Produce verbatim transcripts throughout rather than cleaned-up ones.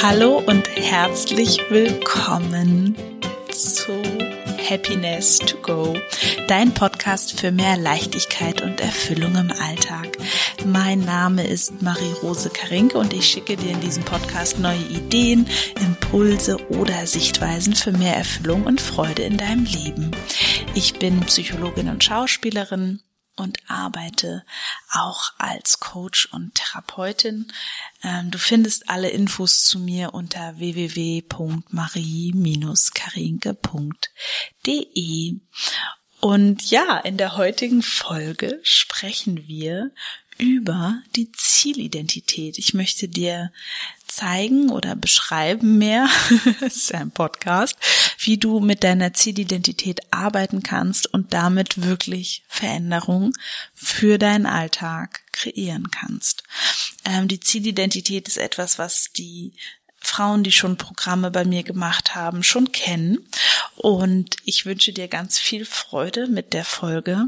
Hallo und herzlich willkommen zu Happiness to Go, dein Podcast für mehr Leichtigkeit und Erfüllung im Alltag. Mein Name ist Marie-Rose Karinke und ich schicke dir in diesem Podcast neue Ideen, Impulse oder Sichtweisen für mehr Erfüllung und Freude in deinem Leben. Ich bin Psychologin und Schauspielerin und arbeite auch als Coach und Therapeutin. Du findest alle Infos zu mir unter w w w punkt marie Bindestrich karinke punkt d e. Und ja, in der heutigen Folge sprechen wir über die Zielidentität. Ich möchte dir zeigen oder beschreiben mehr, das ist ja ein Podcast, wie du mit deiner Zielidentität arbeiten kannst und damit wirklich Veränderung für deinen Alltag kreieren kannst. Ähm, die Zielidentität ist etwas, was die Frauen, die schon Programme bei mir gemacht haben, schon kennen. Und ich wünsche dir ganz viel Freude mit der Folge.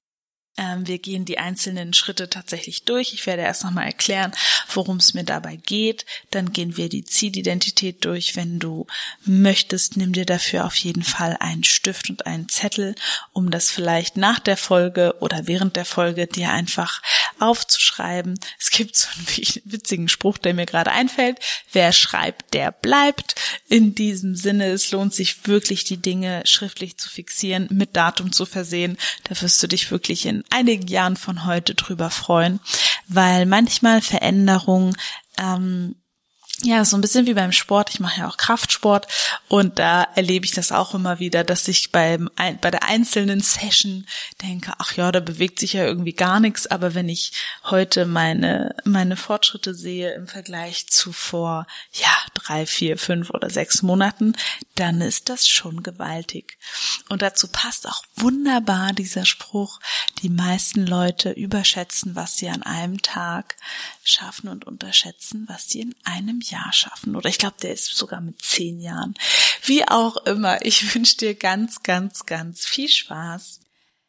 Wir gehen die einzelnen Schritte tatsächlich durch. Ich werde erst nochmal erklären, worum es mir dabei geht. Dann gehen wir die Zielidentität durch. Wenn du möchtest, nimm dir dafür auf jeden Fall einen Stift und einen Zettel, um das vielleicht nach der Folge oder während der Folge dir einfach aufzuschreiben. Es gibt so einen witzigen Spruch, der mir gerade einfällt. Wer schreibt, der bleibt. In diesem Sinne, es lohnt sich wirklich, die Dinge schriftlich zu fixieren, mit Datum zu versehen. Da wirst du dich wirklich in einigen Jahren von heute drüber freuen, weil manchmal Veränderung ähm, ja, so ein bisschen wie beim Sport. Ich mache ja auch Kraftsport und da erlebe ich das auch immer wieder, dass ich beim bei der einzelnen Session denke, ach ja, da bewegt sich ja irgendwie gar nichts, aber wenn ich heute meine meine Fortschritte sehe im Vergleich zu vor ja drei, vier, fünf oder sechs Monaten, dann ist das schon gewaltig. Und dazu passt auch wunderbar dieser Spruch: Die meisten Leute überschätzen, was sie an einem Tag schaffen und unterschätzen, was sie in einem Jahr schaffen. Oder ich glaube, der ist sogar mit zehn Jahren. Wie auch immer, ich wünsche dir ganz, ganz, ganz viel Spaß.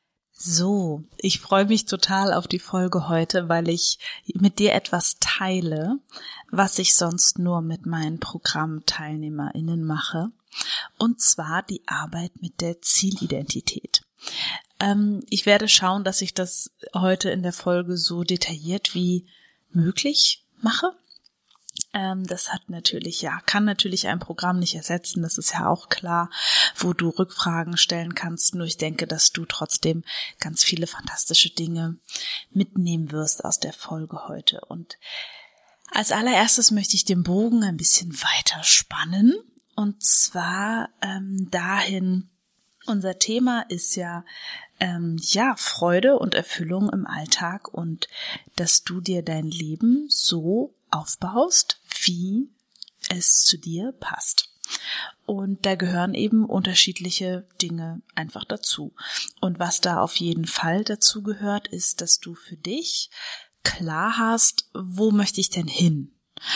So, ich freue mich total auf die Folge heute, weil ich mit dir etwas teile, was ich sonst nur mit meinen ProgrammteilnehmerInnen mache. Und zwar die Arbeit mit der Zielidentität. Ähm, ich werde schauen, dass ich das heute in der Folge so detailliert wie möglich mache. Ähm, das hat natürlich, ja, kann natürlich ein Programm nicht ersetzen, das ist ja auch klar, wo du Rückfragen stellen kannst. Nur ich denke, dass du trotzdem ganz viele fantastische Dinge mitnehmen wirst aus der Folge heute. Und als allererstes möchte ich den Bogen ein bisschen weiter spannen. Und zwar ähm, dahin, unser Thema ist ja, ähm, ja, Freude und Erfüllung im Alltag und dass du dir dein Leben so aufbaust, wie es zu dir passt. Und da gehören eben unterschiedliche Dinge einfach dazu. Und was da auf jeden Fall dazu gehört, ist, dass du für dich klar hast, wo möchte ich denn hin?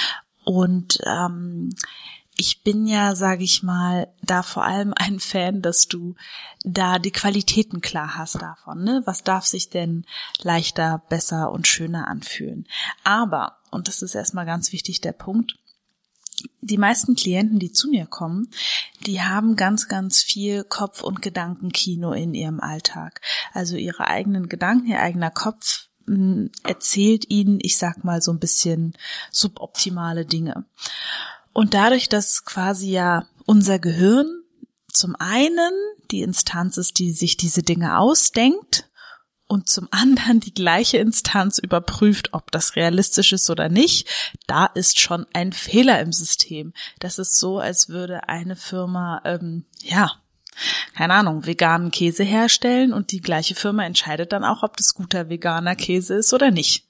Und ähm, ich bin ja, sage ich mal, da vor allem ein Fan, dass du da die Qualitäten klar hast davon, ne? Was darf sich denn leichter, besser und schöner anfühlen? Aber, und das ist erstmal ganz wichtig, der Punkt, die meisten Klienten, die zu mir kommen, die haben ganz, ganz viel Kopf- und Gedankenkino in ihrem Alltag. Also ihre eigenen Gedanken, ihr eigener Kopf mh, erzählt ihnen, ich sag mal, so ein bisschen suboptimale Dinge. Und dadurch, dass quasi ja unser Gehirn zum einen die Instanz ist, die sich diese Dinge ausdenkt und zum anderen die gleiche Instanz überprüft, ob das realistisch ist oder nicht, da ist schon ein Fehler im System. Das ist so, als würde eine Firma, ähm, ja, keine Ahnung, veganen Käse herstellen und die gleiche Firma entscheidet dann auch, ob das guter veganer Käse ist oder nicht.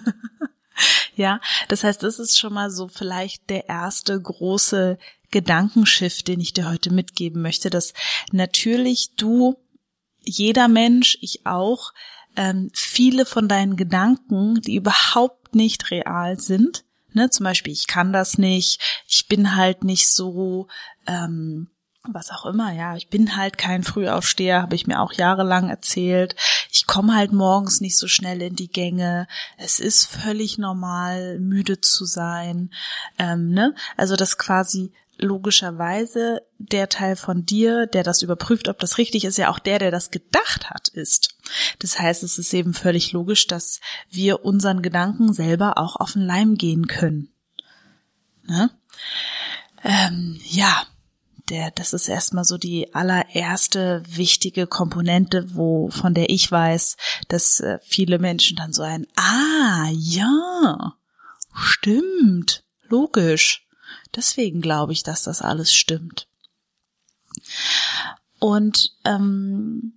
Ja, das heißt, das ist schon mal so vielleicht der erste große Gedankenschiff, den ich dir heute mitgeben möchte, dass natürlich du, jeder Mensch, ich auch, ähm, viele von deinen Gedanken, die überhaupt nicht real sind, ne, zum Beispiel, ich kann das nicht, ich bin halt nicht so, ähm, was auch immer, ja, ich bin halt kein Frühaufsteher, habe ich mir auch jahrelang erzählt. Ich komme halt morgens nicht so schnell in die Gänge. Es ist völlig normal, müde zu sein, ähm, ne? Also das quasi logischerweise der Teil von dir, der das überprüft, ob das richtig ist, ja auch der, der das gedacht hat, ist. Das heißt, es ist eben völlig logisch, dass wir unseren Gedanken selber auch auf den Leim gehen können. Ne? Ähm, ja. Der, das ist erstmal so die allererste wichtige Komponente, wo von der ich weiß, dass äh, viele Menschen dann so ein Ah, ja, stimmt, logisch. Deswegen glaube ich, dass das alles stimmt. Und ähm,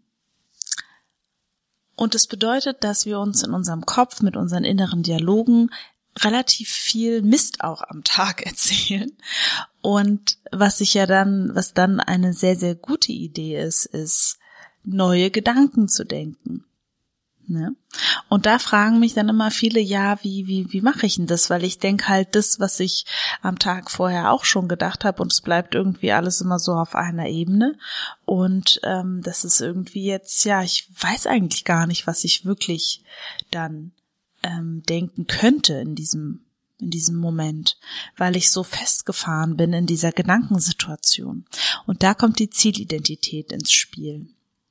und es bedeutet, dass wir uns in unserem Kopf mit unseren inneren Dialogen relativ viel Mist auch am Tag erzählen. Und was ich ja dann, was dann eine sehr, sehr gute Idee ist, ist, neue Gedanken zu denken. Ne? Und da fragen mich dann immer viele, ja, wie, wie, wie mache ich denn das? Weil ich denke halt das, was ich am Tag vorher auch schon gedacht habe, und es bleibt irgendwie alles immer so auf einer Ebene. Und ähm, das ist irgendwie jetzt, ja, ich weiß eigentlich gar nicht, was ich wirklich dann ähm, denken könnte in diesem in diesem Moment, weil ich so festgefahren bin in dieser Gedankensituation. Und da kommt die Zielidentität ins Spiel.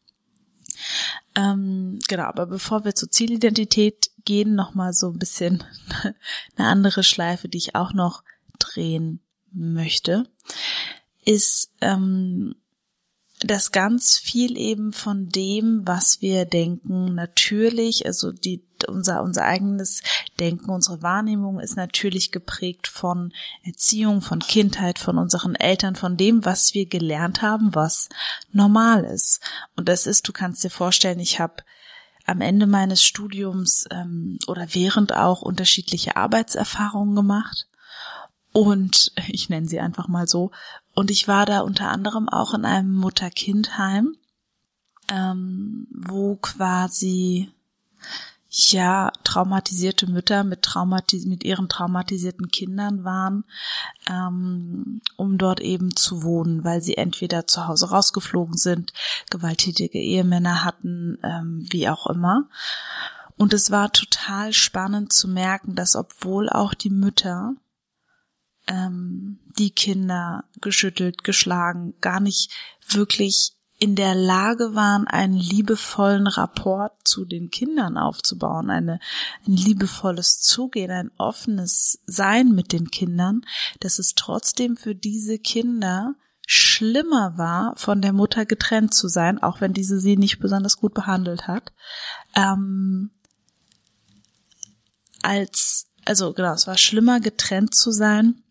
Ähm, genau, aber bevor wir zur Zielidentität gehen, nochmal so ein bisschen eine andere Schleife, die ich auch noch drehen möchte, ist, ähm, dass ganz viel eben von dem, was wir denken, natürlich, also die unser unser eigenes Denken, unsere Wahrnehmung ist natürlich geprägt von Erziehung, von Kindheit, von unseren Eltern, von dem, was wir gelernt haben, was normal ist. Und das ist, du kannst dir vorstellen, ich habe am Ende meines Studiums ähm, oder während auch unterschiedliche Arbeitserfahrungen gemacht. Und ich nenne sie einfach mal so. Und ich war da unter anderem auch in einem Mutter-Kind-Heim, ähm, wo quasi ja traumatisierte Mütter mit traumatis- mit ihren traumatisierten Kindern waren, ähm, um dort eben zu wohnen, weil sie entweder zu Hause rausgeflogen sind, gewalttätige Ehemänner hatten, ähm, wie auch immer. Und es war total spannend zu merken, dass obwohl auch die Mütter ähm, die Kinder geschüttelt, geschlagen, gar nicht wirklich in der Lage waren, einen liebevollen Rapport zu den Kindern aufzubauen, eine, ein liebevolles Zugehen, ein offenes Sein mit den Kindern, dass es trotzdem für diese Kinder schlimmer war, von der Mutter getrennt zu sein, auch wenn diese sie nicht besonders gut behandelt hat, ähm, als, also genau, es war schlimmer, getrennt zu sein,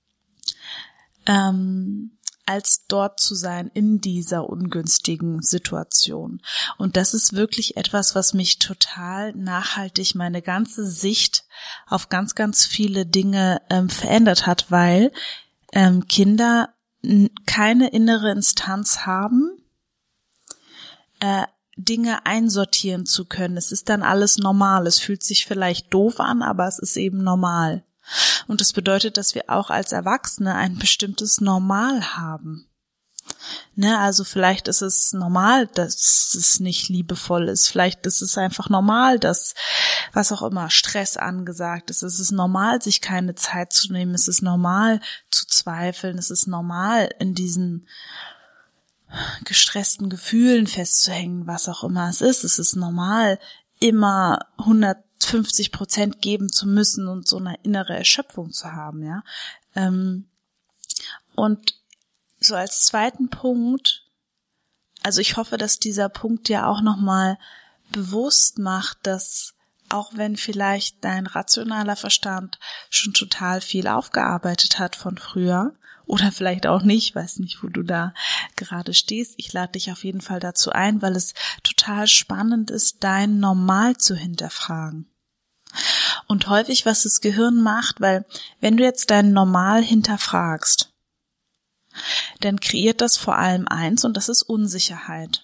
ähm, als dort zu sein in dieser ungünstigen Situation. Und das ist wirklich etwas, was mich total nachhaltig meine ganze Sicht auf ganz, ganz viele Dinge ähm, verändert hat, weil ähm, Kinder n- keine innere Instanz haben, äh, Dinge einsortieren zu können. Es ist dann alles normal. Es fühlt sich vielleicht doof an, aber es ist eben normal. Und das bedeutet, dass wir auch als Erwachsene ein bestimmtes Normal haben. Ne, also vielleicht ist es normal, dass es nicht liebevoll ist. Vielleicht ist es einfach normal, dass, was auch immer, Stress angesagt ist. Es ist normal, sich keine Zeit zu nehmen. Es ist normal zu zweifeln. Es ist normal, in diesen gestressten Gefühlen festzuhängen, was auch immer es ist. Es ist normal, immer hundertfünfzig Prozent geben zu müssen und so eine innere Erschöpfung zu haben, ja. Ähm, und so als zweiten Punkt, also ich hoffe, dass dieser Punkt dir auch nochmal bewusst macht, dass auch wenn vielleicht dein rationaler Verstand schon total viel aufgearbeitet hat von früher, oder vielleicht auch nicht, weiß nicht, wo du da gerade stehst. Ich lade dich auf jeden Fall dazu ein, weil es total spannend ist, dein Normal zu hinterfragen. Und häufig, was das Gehirn macht, weil wenn du jetzt dein Normal hinterfragst, dann kreiert das vor allem eins, und das ist Unsicherheit.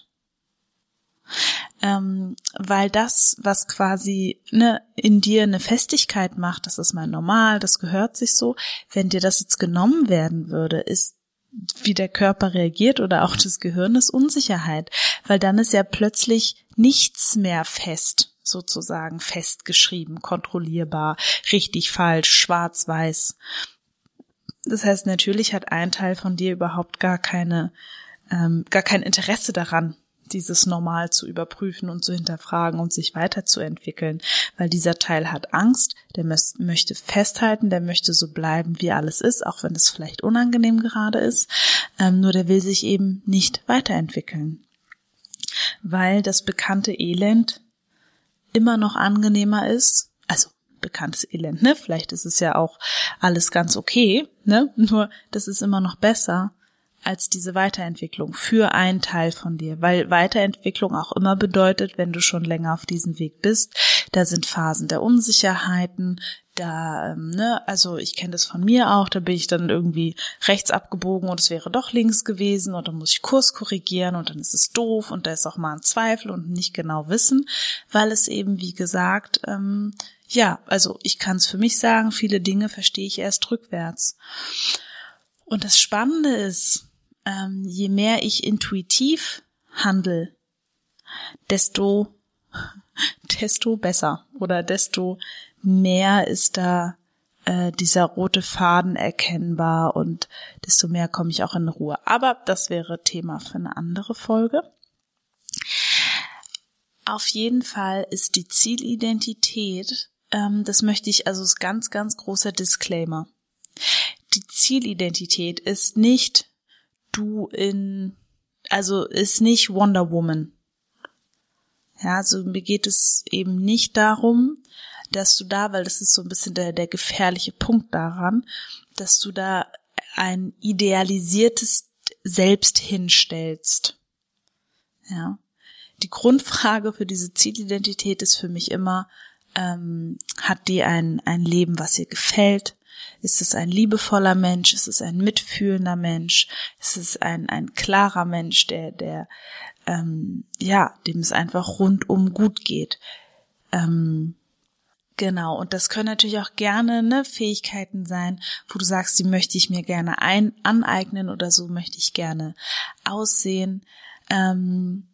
Ähm, weil das, was quasi ne, in dir eine Festigkeit macht, das ist mal normal, das gehört sich so, wenn dir das jetzt genommen werden würde, ist wie der Körper reagiert oder auch das Gehirn, ist Unsicherheit, weil dann ist ja plötzlich nichts mehr fest, sozusagen festgeschrieben, kontrollierbar, richtig, falsch, schwarz, weiß. Das heißt, natürlich hat ein Teil von dir überhaupt gar keine, ähm, gar kein Interesse daran, dieses Normal zu überprüfen und zu hinterfragen und sich weiterzuentwickeln, weil dieser Teil hat Angst, der mö- möchte festhalten, der möchte so bleiben, wie alles ist, auch wenn es vielleicht unangenehm gerade ist, ähm, nur der will sich eben nicht weiterentwickeln, weil das bekannte Elend immer noch angenehmer ist, also bekanntes Elend, ne? Vielleicht ist es ja auch alles ganz okay, ne? Nur das ist immer noch besser als diese Weiterentwicklung für einen Teil von dir, weil Weiterentwicklung auch immer bedeutet, wenn du schon länger auf diesem Weg bist, da sind Phasen der Unsicherheiten, da, ähm, ne, also ich kenne das von mir auch, da bin ich dann irgendwie rechts abgebogen und es wäre doch links gewesen und dann muss ich Kurs korrigieren und dann ist es doof und da ist auch mal ein Zweifel und nicht genau wissen, weil es eben, wie gesagt, ähm, ja, also ich kann es für mich sagen, viele Dinge verstehe ich erst rückwärts. Und das Spannende ist, ähm, je mehr ich intuitiv handle, desto, desto besser oder desto mehr ist da äh, dieser rote Faden erkennbar und desto mehr komme ich auch in Ruhe. Aber das wäre Thema für eine andere Folge. Auf jeden Fall ist die Zielidentität, ähm, das möchte ich, also ist ganz, ganz großer Disclaimer. Die Zielidentität ist nicht du in, also ist nicht Wonder Woman. Ja, also mir geht es eben nicht darum, dass du da, weil das ist so ein bisschen der, der gefährliche Punkt daran, dass du da ein idealisiertes Selbst hinstellst. Ja. Die Grundfrage für diese Zielidentität ist für mich immer, ähm, hat die ein, ein Leben, was ihr gefällt? Ist es ein liebevoller Mensch? Ist es ein mitfühlender Mensch? Ist es ein, ein klarer Mensch, der, der, ähm, ja, dem es einfach rundum gut geht? Ähm, genau. Und das können natürlich auch gerne, ne, Fähigkeiten sein, wo du sagst, die möchte ich mir gerne ein, aneignen oder so möchte ich gerne aussehen. Ähm,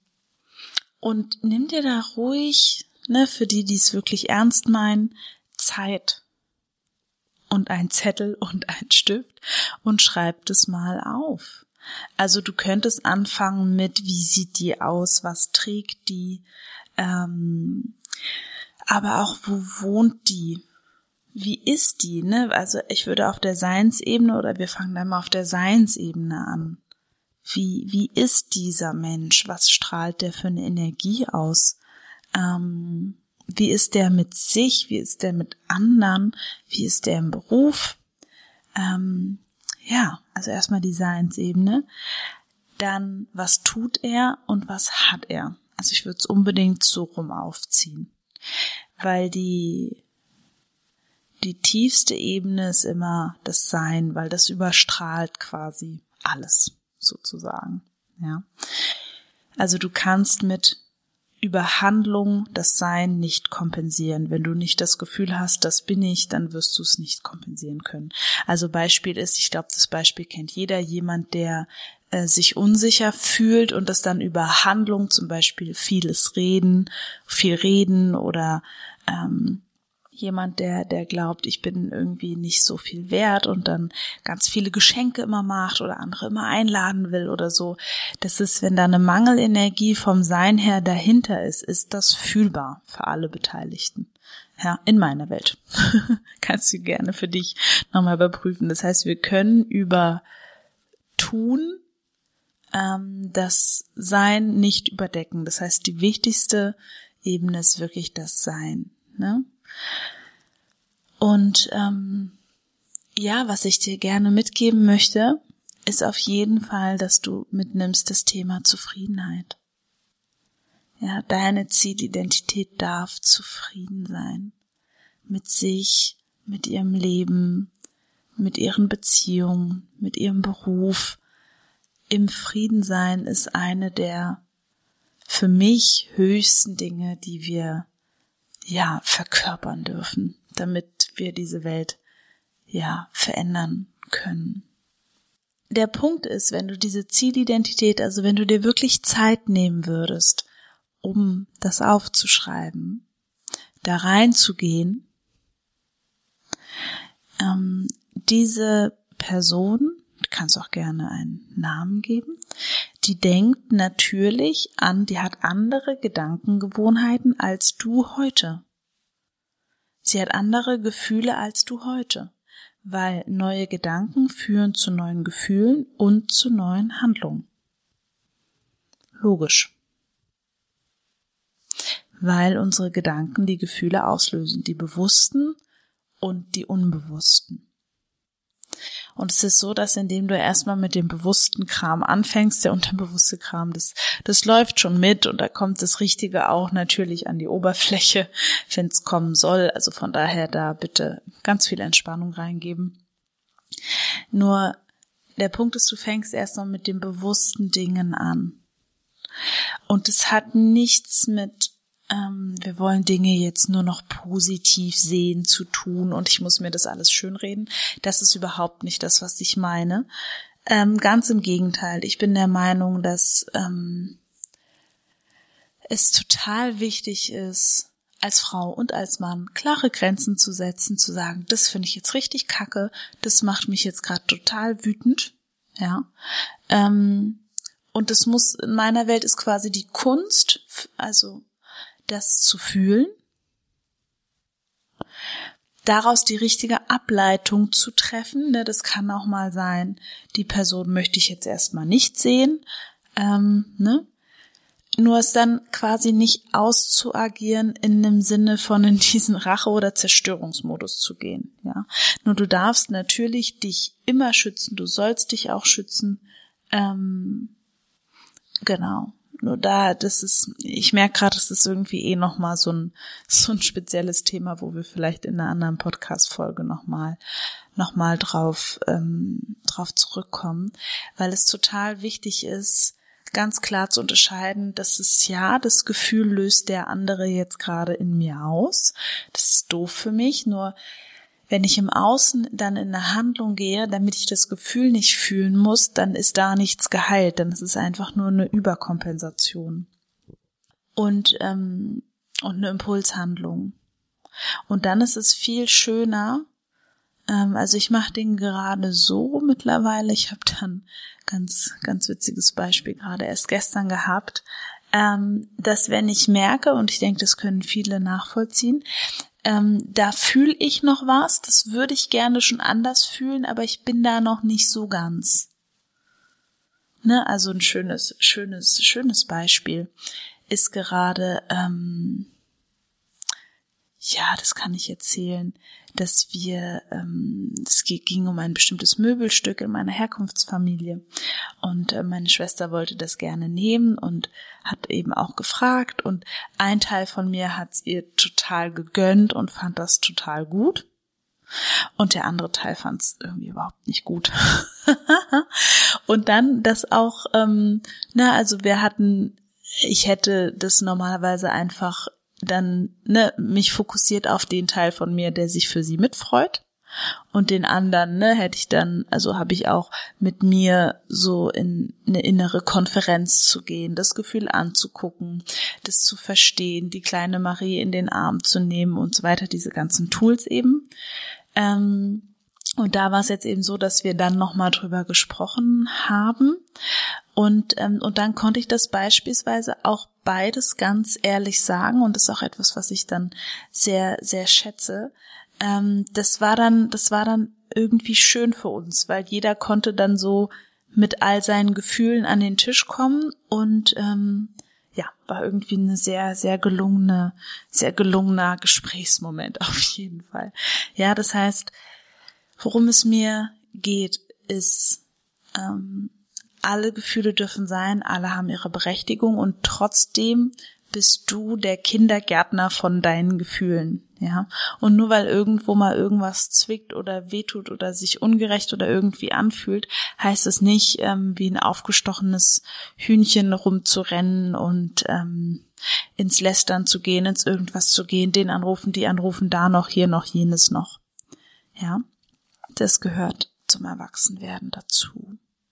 und nimm dir da ruhig, ne, für die, die es wirklich ernst meinen, Zeit und ein Zettel und ein Stift und schreib das mal auf. Also du könntest anfangen mit, wie sieht die aus, was trägt die, ähm, aber auch, wo wohnt die, wie ist die, ne? Also ich würde auf der Seinsebene oder wir fangen dann mal auf der Seinsebene an. Wie, wie ist dieser Mensch? Was strahlt der für eine Energie aus? Ähm, Wie ist der mit sich? Wie ist der mit anderen? Wie ist der im Beruf? Ähm, ja, also erstmal die Seinsebene. Dann, was tut er und was hat er? Also ich würde es unbedingt so rum aufziehen. Weil die, die tiefste Ebene ist immer das Sein, weil das überstrahlt quasi alles, sozusagen. Ja. Also du kannst mit über Handlung das Sein nicht kompensieren. Wenn du nicht das Gefühl hast, das bin ich, dann wirst du es nicht kompensieren können. Also Beispiel ist, ich glaube, das Beispiel kennt jeder, jemand, der äh, sich unsicher fühlt und das dann über Handlung, zum Beispiel vieles reden, viel reden oder ähm, jemand, der der glaubt, ich bin irgendwie nicht so viel wert und dann ganz viele Geschenke immer macht oder andere immer einladen will oder so. Das ist, wenn da eine Mangelenergie vom Sein her dahinter ist, ist das fühlbar für alle Beteiligten. Ja, in meiner Welt. Kannst du gerne für dich nochmal überprüfen. Das heißt, wir können über Tun ähm, das Sein nicht überdecken. Das heißt, die wichtigste Ebene ist wirklich das Sein, ne? Und ähm, ja, was ich dir gerne mitgeben möchte, ist auf jeden Fall, dass du mitnimmst das Thema Zufriedenheit. Ja, deine Zielidentität darf zufrieden sein. Mit sich, mit ihrem Leben, mit ihren Beziehungen, mit ihrem Beruf. Im Frieden sein ist eine der für mich höchsten Dinge, die wir ja verkörpern dürfen, damit wir diese Welt ja verändern können. der Punkt ist, wenn du diese Zielidentität, also wenn du dir wirklich Zeit nehmen würdest, um das aufzuschreiben, da reinzugehen, ähm, diese Person, du kannst auch gerne einen Namen geben, die denkt natürlich an, die hat andere Gedankengewohnheiten als du heute. Sie hat andere Gefühle als du heute, weil neue Gedanken führen zu neuen Gefühlen und zu neuen Handlungen. Logisch. Weil unsere Gedanken die Gefühle auslösen, die bewussten und die unbewussten. Und es ist so, dass indem du erstmal mit dem bewussten Kram anfängst, der unterbewusste Kram, das, das läuft schon mit und da kommt das Richtige auch natürlich an die Oberfläche, wenn es kommen soll. Also von daher da bitte ganz viel Entspannung reingeben. Nur der Punkt ist, du fängst erstmal mit den bewussten Dingen an. Und es hat nichts mit Ähm, wir wollen Dinge jetzt nur noch positiv sehen, zu tun und ich muss mir das alles schönreden. Das ist überhaupt nicht das, was ich meine. Ähm, ganz im Gegenteil. Ich bin der Meinung, dass ähm, es total wichtig ist, als Frau und als Mann klare Grenzen zu setzen, zu sagen, das finde ich jetzt richtig kacke, das macht mich jetzt gerade total wütend. Ja. Ähm, und das muss, in meiner Welt ist quasi die Kunst, also das zu fühlen, daraus die richtige Ableitung zu treffen, ne, das kann auch mal sein, die Person möchte ich jetzt erstmal nicht sehen, ähm, ne, nur es dann quasi nicht auszuagieren in dem Sinne von in diesen Rache- oder Zerstörungsmodus zu gehen, ja, nur du darfst natürlich dich immer schützen, du sollst dich auch schützen, ähm, genau. Nur da, das ist, ich merke gerade, das ist irgendwie eh nochmal so ein, so ein spezielles Thema, wo wir vielleicht in einer anderen Podcast-Folge nochmal, nochmal drauf, ähm, drauf zurückkommen, weil es total wichtig ist, ganz klar zu unterscheiden, dass es ja, das Gefühl löst der andere jetzt gerade in mir aus. Das ist doof für mich, nur wenn ich im Außen dann in eine Handlung gehe, damit ich das Gefühl nicht fühlen muss, dann ist da nichts geheilt, dann ist es einfach nur eine Überkompensation und ähm, und eine Impulshandlung. Und dann ist es viel schöner, ähm, also ich mache den gerade so mittlerweile, ich habe dann ganz ganz witziges Beispiel gerade erst gestern gehabt, ähm, dass wenn ich merke, und ich denke, das können viele nachvollziehen, Ähm, da fühle ich noch was, das würde ich gerne schon anders fühlen, aber ich bin da noch nicht so ganz. Ne, also ein schönes, schönes, schönes Beispiel ist gerade, ähm, ja, das kann ich erzählen, dass wir, ähm, es ging um ein bestimmtes Möbelstück in meiner Herkunftsfamilie und äh, meine Schwester wollte das gerne nehmen und hat eben auch gefragt und ein Teil von mir hat es ihr total gegönnt und fand das total gut und der andere Teil fand es irgendwie überhaupt nicht gut. Und dann das auch, ähm, na, also wir hatten, ich hätte das normalerweise einfach dann ne, mich fokussiert auf den Teil von mir, der sich für sie mitfreut und den anderen ne, hätte ich dann, also habe ich auch mit mir so in eine innere Konferenz zu gehen, das Gefühl anzugucken, das zu verstehen, die kleine Marie in den Arm zu nehmen und so weiter, diese ganzen Tools eben. Ähm, und da war es jetzt eben so, dass wir dann nochmal drüber gesprochen haben und ähm, und dann konnte ich das beispielsweise auch beides ganz ehrlich sagen und das ist auch etwas, was ich dann sehr, sehr schätze. Ähm, das war dann, das war dann irgendwie schön für uns, weil jeder konnte dann so mit all seinen Gefühlen an den Tisch kommen und ähm, ja, war irgendwie eine sehr, sehr gelungene, sehr gelungener Gesprächsmoment auf jeden Fall. Ja, das heißt, worum es mir geht, ist ähm, alle Gefühle dürfen sein, alle haben ihre Berechtigung und trotzdem bist du der Kindergärtner von deinen Gefühlen, ja. Und nur weil irgendwo mal irgendwas zwickt oder wehtut oder sich ungerecht oder irgendwie anfühlt, heißt es nicht, ähm, wie ein aufgestochenes Hühnchen rumzurennen und ähm, ins Lästern zu gehen, ins irgendwas zu gehen, den anrufen, die anrufen, da noch, hier noch, jenes noch, ja. Das gehört zum Erwachsenwerden dazu.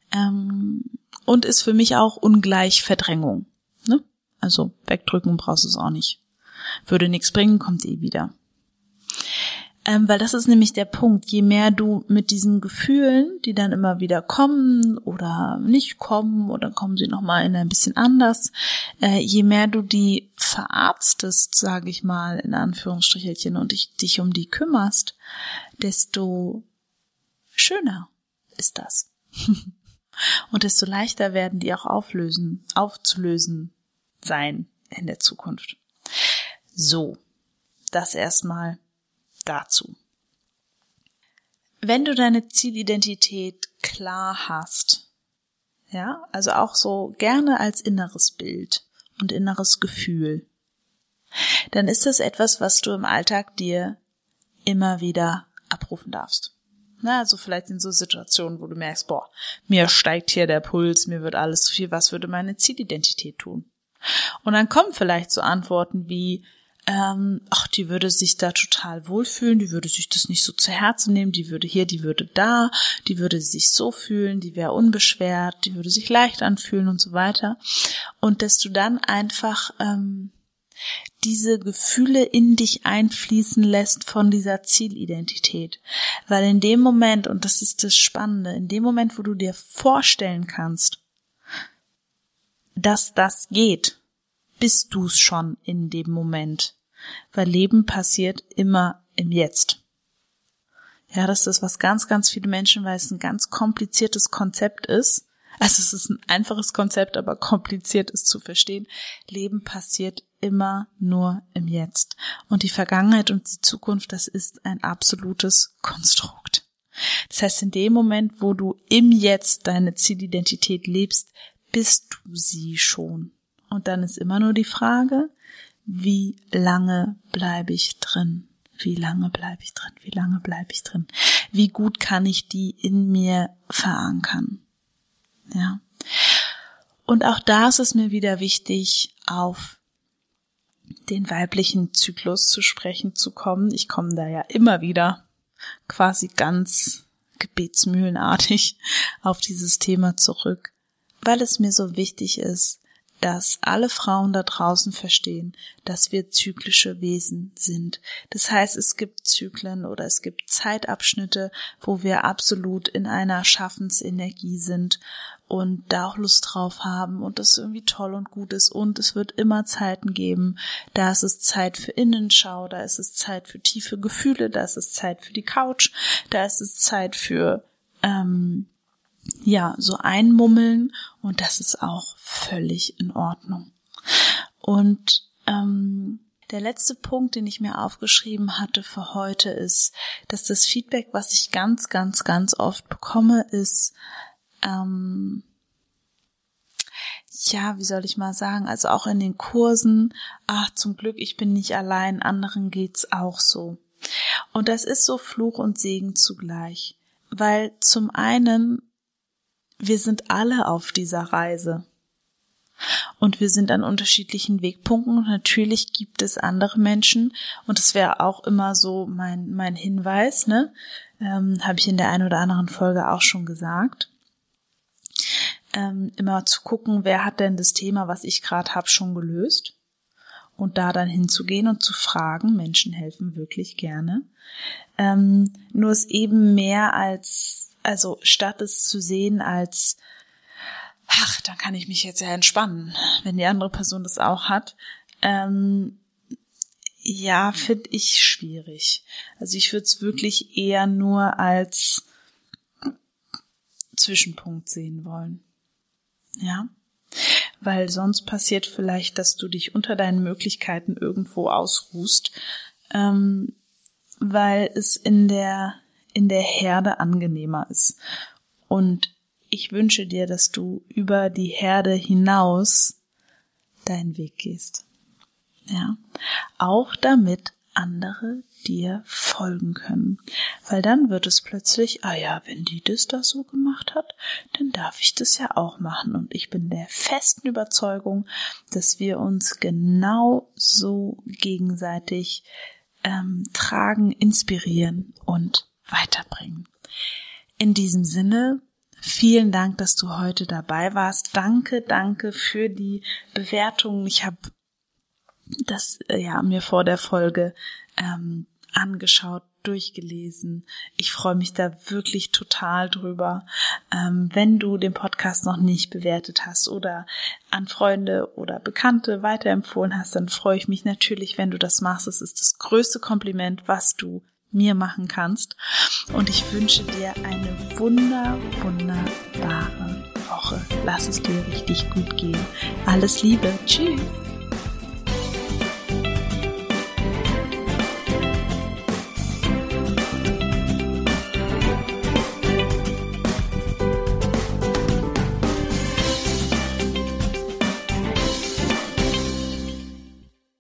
Ähm, und ist für mich auch ungleich Verdrängung. Ne? Also wegdrücken brauchst du es auch nicht. Würde nichts bringen, kommt eh wieder. Ähm, weil das ist nämlich der Punkt, je mehr du mit diesen Gefühlen, die dann immer wieder kommen oder nicht kommen oder kommen sie nochmal in ein bisschen anders, äh, je mehr du die verarztest, sage ich mal, in Anführungsstrichelchen, und dich, dich um die kümmerst, desto schöner ist das. Und desto leichter werden die auch auflösen, aufzulösen sein in der Zukunft. So, das erstmal dazu. Wenn du deine Zielidentität klar hast, ja, also auch so gerne als inneres Bild und inneres Gefühl, dann ist das etwas, was du im Alltag dir immer wieder abrufen darfst. Na, also vielleicht in so Situationen, wo du merkst, boah, mir steigt hier der Puls, mir wird alles zu viel, was würde meine Zielidentität tun? Und dann kommen vielleicht so Antworten wie, ähm, ach, die würde sich da total wohlfühlen, die würde sich das nicht so zu Herzen nehmen, die würde hier, die würde da, die würde sich so fühlen, die wäre unbeschwert, die würde sich leicht anfühlen und so weiter. Und dass du dann einfach ähm, diese Gefühle in dich einfließen lässt von dieser Zielidentität. Weil in dem Moment, und das ist das Spannende, in dem Moment, wo du dir vorstellen kannst, dass das geht, bist du es schon in dem Moment. Weil Leben passiert immer im Jetzt. Ja, das ist, was ganz, ganz viele Menschen, weil es ein ganz kompliziertes Konzept ist. Also es ist ein einfaches Konzept, aber kompliziert ist zu verstehen. Leben passiert immer nur im Jetzt. Und die Vergangenheit und die Zukunft, das ist ein absolutes Konstrukt. Das heißt, in dem Moment, wo du im Jetzt deine Zielidentität lebst, bist du sie schon. Und dann ist immer nur die Frage, wie lange bleibe ich drin? Wie lange bleibe ich drin? Wie lange bleibe ich drin? Wie gut kann ich die in mir verankern? Ja. Und auch da ist es mir wieder wichtig, auf den weiblichen Zyklus zu sprechen zu kommen. Ich komme da ja immer wieder quasi ganz gebetsmühlenartig auf dieses Thema zurück, weil es mir so wichtig ist, dass alle Frauen da draußen verstehen, dass wir zyklische Wesen sind. Das heißt, es gibt Zyklen oder es gibt Zeitabschnitte, wo wir absolut in einer Schaffensenergie sind und da auch Lust drauf haben und das irgendwie toll und gut ist. Und es wird immer Zeiten geben, da ist es Zeit für Innenschau, da ist es Zeit für tiefe Gefühle, da ist es Zeit für die Couch, da ist es Zeit für ähm, ja, so einmummeln, und das ist auch völlig in Ordnung. Und ähm, der letzte Punkt, den ich mir aufgeschrieben hatte für heute, ist, dass das Feedback, was ich ganz, ganz, ganz oft bekomme, ist, ähm, ja, wie soll ich mal sagen, also auch in den Kursen, ach, zum Glück, ich bin nicht allein, anderen geht's auch so. Und das ist so Fluch und Segen zugleich, weil zum einen wir sind alle auf dieser Reise und wir sind an unterschiedlichen Wegpunkten und natürlich gibt es andere Menschen, und das wäre auch immer so mein mein Hinweis, ne, ähm, habe ich in der einen oder anderen Folge auch schon gesagt, ähm, immer zu gucken, wer hat denn das Thema, was ich gerade habe, schon gelöst, und da dann hinzugehen und zu fragen. Menschen helfen wirklich gerne, ähm, nur es eben mehr als Also statt es zu sehen als, ach, dann kann ich mich jetzt ja entspannen, wenn die andere Person das auch hat, ähm, ja, finde ich schwierig. Also ich würde es wirklich eher nur als Zwischenpunkt sehen wollen. Ja, weil sonst passiert vielleicht, dass du dich unter deinen Möglichkeiten irgendwo ausruhst, ähm, weil es in der in der Herde angenehmer ist. Und ich wünsche dir, dass du über die Herde hinaus deinen Weg gehst. Ja, auch damit andere dir folgen können. Weil dann wird es plötzlich, ah ja, wenn die das da so gemacht hat, dann darf ich das ja auch machen. Und ich bin der festen Überzeugung, dass wir uns genau so gegenseitig ähm, tragen, inspirieren und weiterbringen. In diesem Sinne Vielen Dank, dass du heute dabei warst. Danke, danke für die Bewertungen. Ich habe das äh, ja mir vor der Folge ähm, angeschaut, durchgelesen. Ich freue mich da wirklich total drüber. Ähm, wenn du den Podcast noch nicht bewertet hast oder an Freunde oder Bekannte weiterempfohlen hast, dann freue ich mich natürlich, wenn du das machst. Es ist das größte Kompliment, was du mir machen kannst. Und ich wünsche dir eine wunder, wunderbare Woche. Lass es dir richtig gut gehen. Alles Liebe. Tschüss.